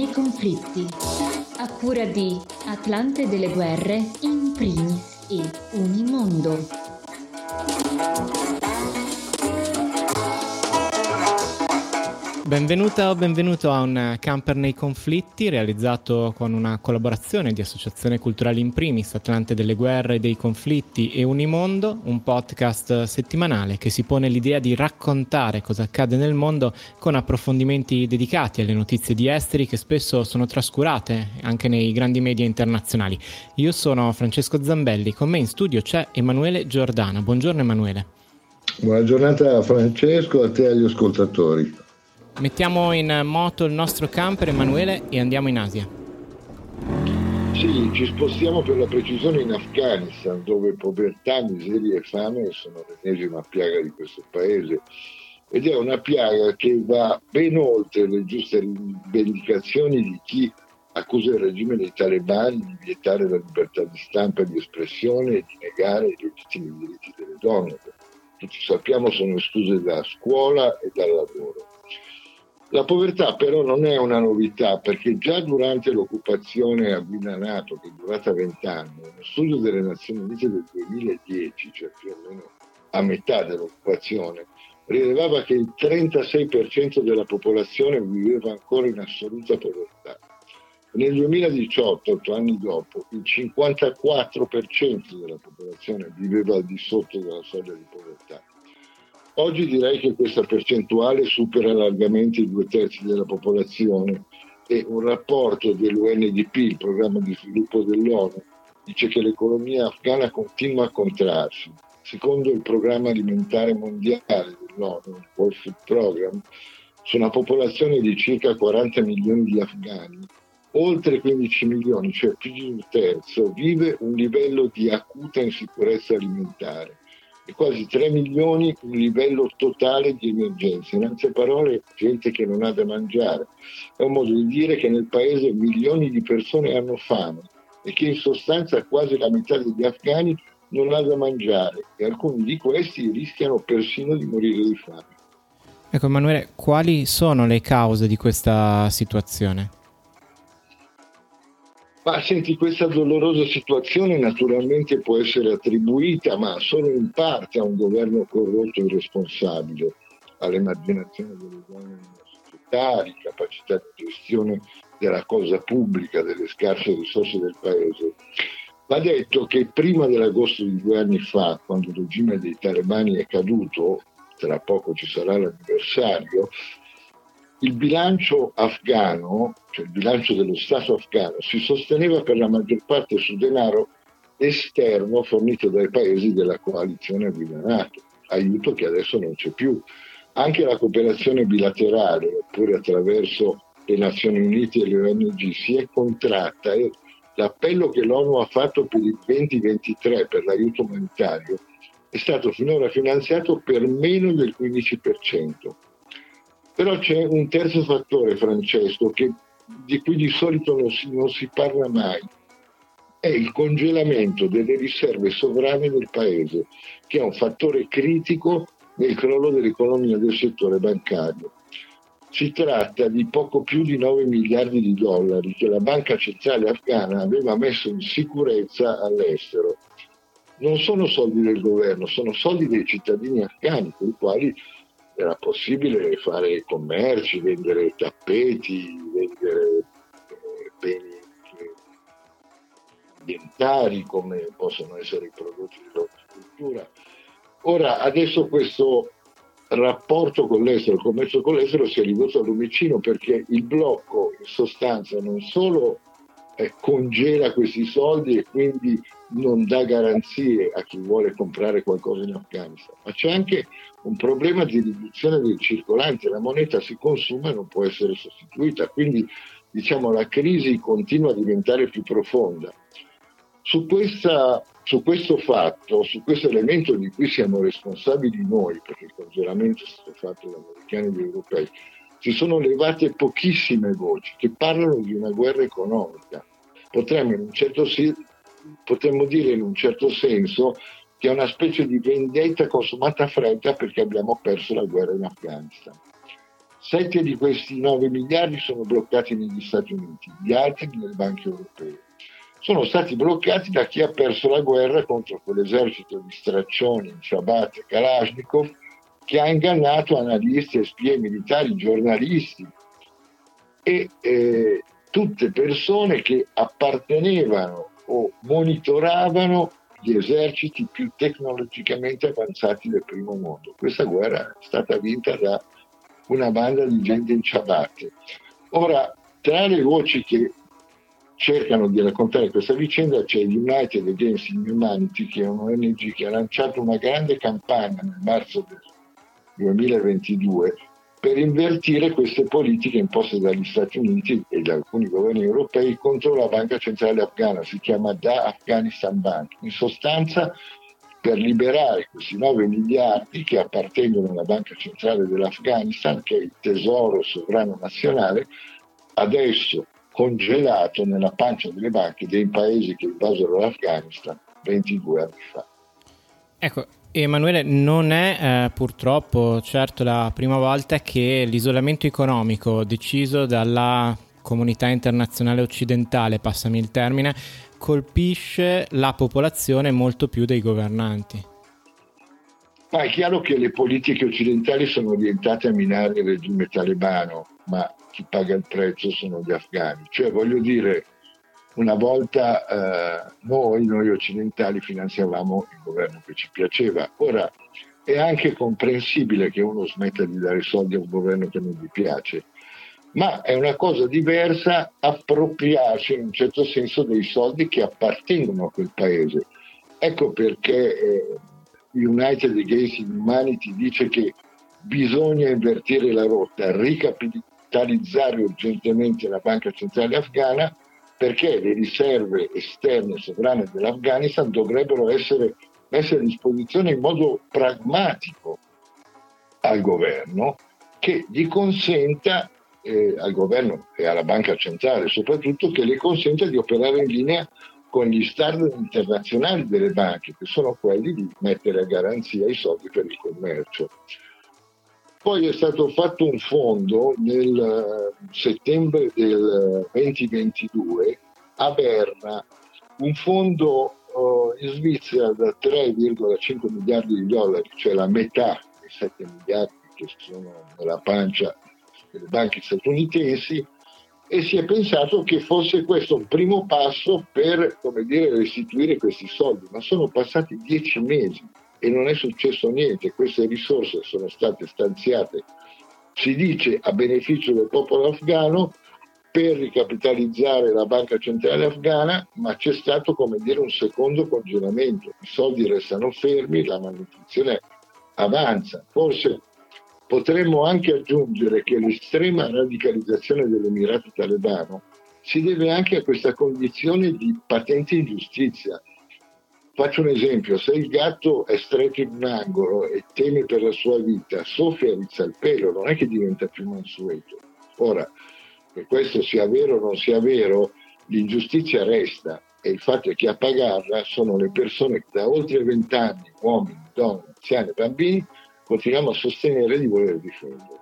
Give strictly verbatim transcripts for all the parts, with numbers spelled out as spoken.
nei conflitti, a cura di Atlante delle Guerre, in primis e Unimondo. Benvenuta o benvenuto a un camper nei conflitti realizzato con una collaborazione di Associazione Culturale in primis, Atlante delle Guerre, dei Conflitti e Unimondo, un podcast settimanale che si pone l'idea di raccontare cosa accade nel mondo con approfondimenti dedicati alle notizie di esteri che spesso sono trascurate anche nei grandi media internazionali. Io sono Francesco Zambelli, con me in studio c'è Emanuele Giordano. Buongiorno Emanuele. Buona giornata Francesco, a te e agli ascoltatori. Mettiamo in moto il nostro camper, Emanuele, e andiamo in Asia. Sì, ci spostiamo per la precisione in Afghanistan, dove povertà, miseria e fame sono l'ennesima piaga di questo paese. Ed è una piaga che va ben oltre le giuste rivendicazioni di chi accusa il regime dei talebani di vietare la libertà di stampa e di espressione e di negare i legittimi diritti delle donne. Tutti sappiamo sono escluse da scuola e dal lavoro. La povertà però non è una novità, perché già durante l'occupazione a guida NATO, che è durata vent'anni, uno studio delle Nazioni Unite del duemiladieci, cioè più o meno a metà dell'occupazione, rilevava che il trentasei per cento della popolazione viveva ancora in assoluta povertà. Nel duemiladiciotto, otto anni dopo, il cinquantaquattro per cento della popolazione viveva al di sotto della soglia di povertà. Oggi direi che questa percentuale supera largamente i due terzi della popolazione e un rapporto dell'U N D P, il programma di sviluppo dell'ONU, dice che l'economia afghana continua a contrarsi. Secondo il programma alimentare mondiale dell'ONU, il World Food Program, su una popolazione di circa quaranta milioni di afghani, oltre quindici milioni, cioè più di un terzo, vive un livello di acuta insicurezza alimentare. E quasi tre milioni un livello totale di emergenza. In altre parole, gente che non ha da mangiare. È un modo di dire che nel paese milioni di persone hanno fame e che in sostanza quasi la metà degli afghani non ha da mangiare e alcuni di questi rischiano persino di morire di fame. Ecco Emanuele, quali sono le cause di questa situazione? Ma senti, questa dolorosa situazione naturalmente può essere attribuita, ma solo in parte, a un governo corrotto e irresponsabile, all'emarginazione delle donne nella società, all'incapacità di gestione della cosa pubblica, delle scarse risorse del paese. Va detto che prima dell'agosto di due anni fa, quando il regime dei talebani è caduto, tra poco ci sarà l'anniversario, il bilancio afghano, cioè il bilancio dello Stato afghano, si sosteneva per la maggior parte su denaro esterno fornito dai paesi della coalizione a guida NATO, aiuto che adesso non c'è più. Anche la cooperazione bilaterale, oppure attraverso le Nazioni Unite e le O N G, si è contratta e l'appello che l'ONU ha fatto per il duemilaventitré per l'aiuto umanitario è stato finora finanziato per meno del quindici per cento. Però c'è un terzo fattore, Francesco, che, di cui di solito non si, non si parla mai. È il congelamento delle riserve sovrane del paese, che è un fattore critico nel crollo dell'economia del settore bancario. Si tratta di poco più di nove miliardi di dollari che la Banca Centrale Afghana aveva messo in sicurezza all'estero. Non sono soldi del governo, sono soldi dei cittadini afghani, con i quali era possibile fare commerci, vendere tappeti, vendere eh, beni ambientali come possono essere i prodotti dell'orticoltura. Ora, adesso questo rapporto con l'estero, il commercio con l'estero si è ridotto al lumicino, perché il blocco in sostanza non solo eh, congela questi soldi e quindi non dà garanzie a chi vuole comprare qualcosa in Afghanistan, ma c'è anche un problema di riduzione del circolante, la moneta si consuma e non può essere sostituita, quindi diciamo la crisi continua a diventare più profonda. Su, questa, su questo fatto, su questo elemento di cui siamo responsabili noi, perché il congelamento è stato fatto da americani e da europei, si sono levate pochissime voci che parlano di una guerra economica. Potremmo, in un certo senso, potremmo dire in un certo senso che è una specie di vendetta consumata a fretta perché abbiamo perso la guerra in Afghanistan. Sette di questi nove miliardi sono bloccati negli Stati Uniti, gli altri nelle banche europee. Sono stati bloccati da chi ha perso la guerra contro quell'esercito di straccioni, Shabat e Kalashnikov, che ha ingannato analisti e spie militari, giornalisti e eh, tutte persone che appartenevano o monitoravano gli eserciti più tecnologicamente avanzati del primo mondo. Questa guerra è stata vinta da una banda di gente in ciabatte. Ora, tra le voci che cercano di raccontare questa vicenda c'è United Against Inhumanity, che è un'O N G che ha lanciato una grande campagna nel marzo del duemilaventidue per invertire queste politiche imposte dagli Stati Uniti e da alcuni governi europei contro la banca centrale afghana. Si chiama Da Afghanistan Bank. In sostanza, per liberare questi nove miliardi che appartengono alla banca centrale dell'Afghanistan, che è il tesoro sovrano nazionale, adesso congelato nella pancia delle banche dei paesi che invasero l'Afghanistan ventidue anni fa. Ecco, Emanuele, non è eh, purtroppo certo la prima volta che l'isolamento economico deciso dalla comunità internazionale occidentale, passami il termine, colpisce la popolazione molto più dei governanti. Ma è chiaro che le politiche occidentali sono orientate a minare il regime talebano, ma chi paga il prezzo sono gli afghani. Cioè, voglio dire, una volta eh, noi, noi occidentali finanziavamo il governo che ci piaceva. Ora, è anche comprensibile che uno smetta di dare soldi a un governo che non gli piace, ma è una cosa diversa appropriarsi in un certo senso dei soldi che appartengono a quel paese. Ecco perché eh, United Against Humanity dice che bisogna invertire la rotta, ricapitalizzare urgentemente la banca centrale afghana, perché le riserve esterne sovrane dell'Afghanistan dovrebbero essere messe a disposizione in modo pragmatico al governo, che gli consenta, eh, al governo e alla banca centrale soprattutto, che le consenta di operare in linea con gli standard internazionali delle banche, che sono quelli di mettere a garanzia i soldi per il commercio. Poi è stato fatto un fondo nel settembre del duemilaventidue a Berna, un fondo uh, in Svizzera da tre virgola cinque miliardi di dollari, cioè la metà dei sette miliardi che sono nella pancia delle banche statunitensi, e si è pensato che fosse questo un primo passo per, come dire, restituire questi soldi, ma sono passati dieci mesi e non è successo niente. Queste risorse sono state stanziate, si dice, a beneficio del popolo afghano per ricapitalizzare la banca centrale afghana, ma c'è stato, come dire, un secondo congelamento. I soldi restano fermi, la malnutrizione avanza. Forse potremmo anche aggiungere che l'estrema radicalizzazione dell'Emirato talebano si deve anche a questa condizione di patente ingiustizia. Faccio un esempio: se il gatto è stretto in un angolo e teme per la sua vita, soffia e rizza il pelo, non è che diventa più mansueto. Ora, che questo sia vero o non sia vero, l'ingiustizia resta, e il fatto è che a pagarla sono le persone che da oltre vent'anni, uomini, donne, anziani e bambini, continuiamo a sostenere di voler difendere.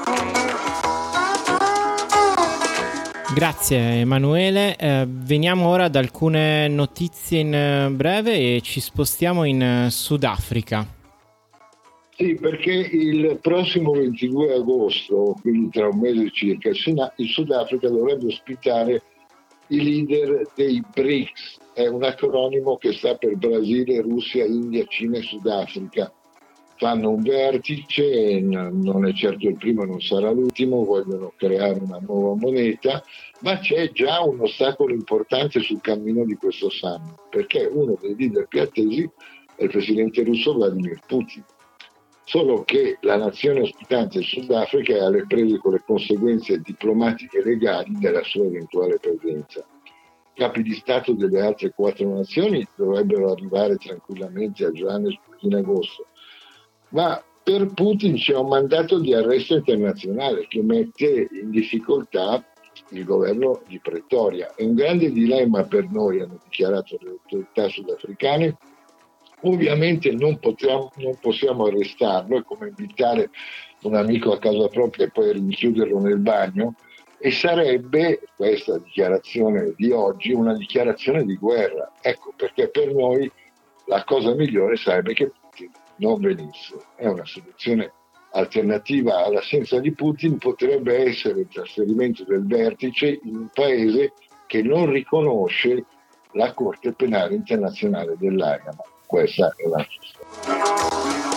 Grazie Emanuele, eh, veniamo ora ad alcune notizie in breve e ci spostiamo in Sudafrica. Sì, perché il prossimo ventidue agosto, quindi tra un mese circa, il Sudafrica dovrebbe ospitare i leader dei B R I C S, è un acronimo che sta per Brasile, Russia, India, Cina e Sudafrica. Fanno un vertice, non è certo il primo, non sarà l'ultimo, vogliono creare una nuova moneta, ma c'è già un ostacolo importante sul cammino di questo summit, perché uno dei leader più attesi è il presidente russo Vladimir Putin. Solo che la nazione ospitante il Sudafrica è alle prese con le conseguenze diplomatiche e legali della sua eventuale presenza. I capi di Stato delle altre quattro nazioni dovrebbero arrivare tranquillamente a Johannesburg in agosto, ma per Putin c'è un mandato di arresto internazionale che mette in difficoltà il governo di Pretoria. È un grande dilemma per noi, hanno dichiarato le autorità sudafricane, Ovviamente non, potremo, non possiamo arrestarlo, è come invitare un amico a casa propria e poi rinchiuderlo nel bagno, e sarebbe questa dichiarazione di oggi una dichiarazione di guerra. Ecco perché per noi la cosa migliore sarebbe che Putin non venisse. È una soluzione alternativa all'assenza di Putin, potrebbe essere il trasferimento del vertice in un paese che non riconosce la Corte Penale Internazionale dell'Aia. Ma questa è la storia.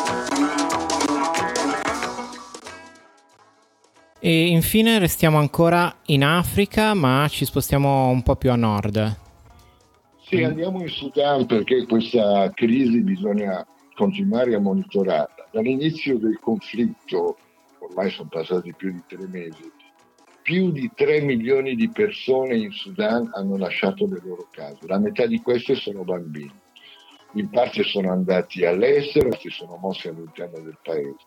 E infine restiamo ancora in Africa, ma ci spostiamo un po' più a nord. Sì, andiamo in Sudan perché questa crisi bisogna continuare a monitorarla. Dall'inizio del conflitto, ormai sono passati più di tre mesi, più di tre milioni di persone in Sudan hanno lasciato le loro case. La metà di queste sono bambini. In parte sono andati all'estero, si sono mossi all'interno del paese.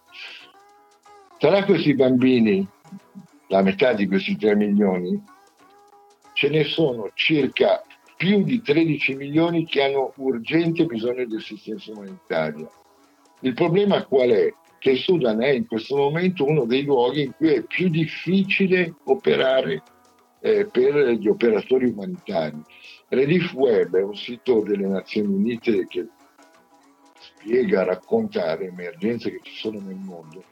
Tra questi bambini, la metà di questi tre milioni, ce ne sono circa più di tredici milioni che hanno urgente bisogno di assistenza umanitaria. Il problema qual è? Che il Sudan è in questo momento uno dei luoghi in cui è più difficile operare eh, per gli operatori umanitari. Relief Web è un sito delle Nazioni Unite che spiega, racconta le emergenze che ci sono nel mondo.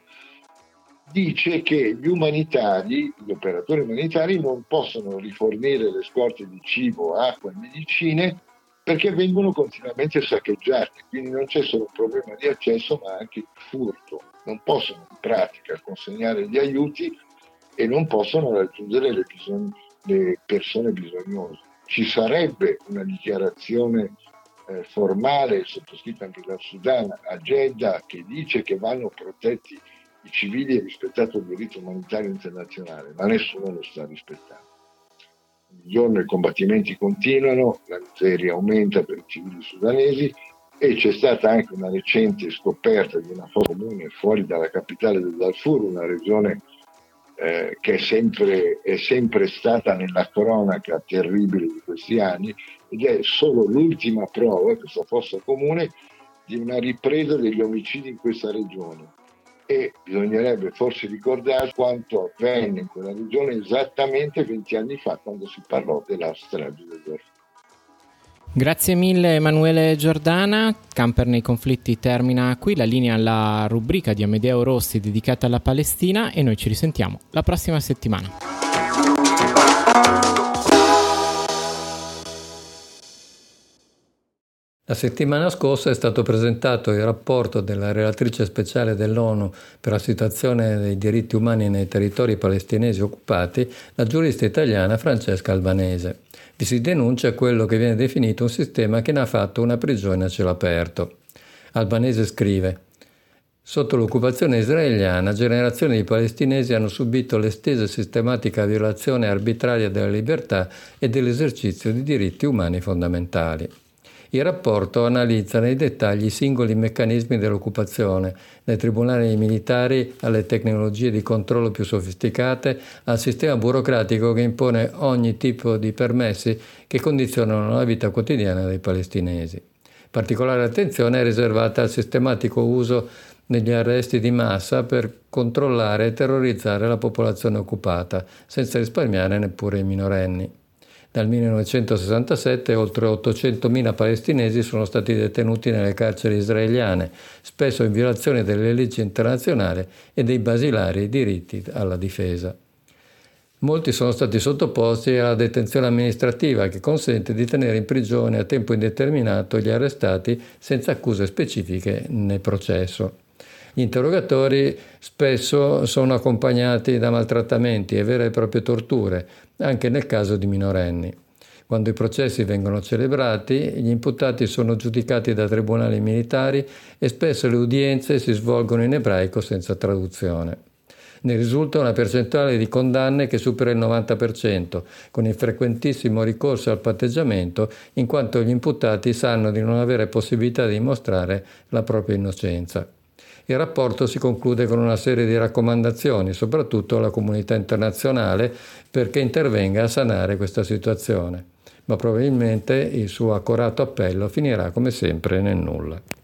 Dice che gli umanitari, gli operatori umanitari non possono rifornire le scorte di cibo, acqua e medicine perché vengono continuamente saccheggiati, quindi non c'è solo un problema di accesso ma anche di furto. Non possono in pratica consegnare gli aiuti e non possono raggiungere le, bisogn- le persone bisognose. Ci sarebbe una dichiarazione eh, formale sottoscritta anche dal Sudan a Jeddah che dice che vanno protetti i civili e rispettato il diritto umanitario internazionale, ma nessuno lo sta rispettando. Ogni giorno i combattimenti continuano, la miseria aumenta per i civili sudanesi e c'è stata anche una recente scoperta di una fossa comune fuori dalla capitale del Darfur, una regione eh, che è sempre, è sempre stata nella cronaca terribile di questi anni, ed è solo l'ultima prova, questa fossa comune, di una ripresa degli omicidi in questa regione. E bisognerebbe forse ricordare quanto avvenne in quella regione esattamente venti anni fa, quando si parlò della strage del Darfur. Grazie mille Emanuele Giordana. Camper nei conflitti termina qui, la linea alla rubrica di Amedeo Rossi dedicata alla Palestina e noi ci risentiamo la prossima settimana. La settimana scorsa è stato presentato il rapporto della relatrice speciale dell'ONU per la situazione dei diritti umani nei territori palestinesi occupati, la giurista italiana Francesca Albanese. Vi si denuncia quello che viene definito un sistema che ne ha fatto una prigione a cielo aperto. Albanese scrive: sotto l'occupazione israeliana, generazioni di palestinesi hanno subito l'estesa e sistematica violazione arbitraria della libertà e dell'esercizio di diritti umani fondamentali. Il rapporto analizza nei dettagli i singoli meccanismi dell'occupazione, dai tribunali militari alle tecnologie di controllo più sofisticate, al sistema burocratico che impone ogni tipo di permessi che condizionano la vita quotidiana dei palestinesi. Particolare attenzione è riservata al sistematico uso degli arresti di massa per controllare e terrorizzare la popolazione occupata, senza risparmiare neppure i minorenni. Dal millenovecentosessantasette oltre ottocentomila palestinesi sono stati detenuti nelle carceri israeliane, spesso in violazione delle leggi internazionali e dei basilari diritti alla difesa. Molti sono stati sottoposti alla detenzione amministrativa, che consente di tenere in prigione a tempo indeterminato gli arrestati senza accuse specifiche nel processo. Gli interrogatori spesso sono accompagnati da maltrattamenti e vere e proprie torture, anche nel caso di minorenni. Quando i processi vengono celebrati, gli imputati sono giudicati da tribunali militari e spesso le udienze si svolgono in ebraico senza traduzione. Ne risulta una percentuale di condanne che supera il novanta per cento, con il frequentissimo ricorso al patteggiamento, in quanto gli imputati sanno di non avere possibilità di dimostrare la propria innocenza. Il rapporto si conclude con una serie di raccomandazioni, soprattutto alla comunità internazionale, perché intervenga a sanare questa situazione. Ma probabilmente il suo accorato appello finirà come sempre nel nulla.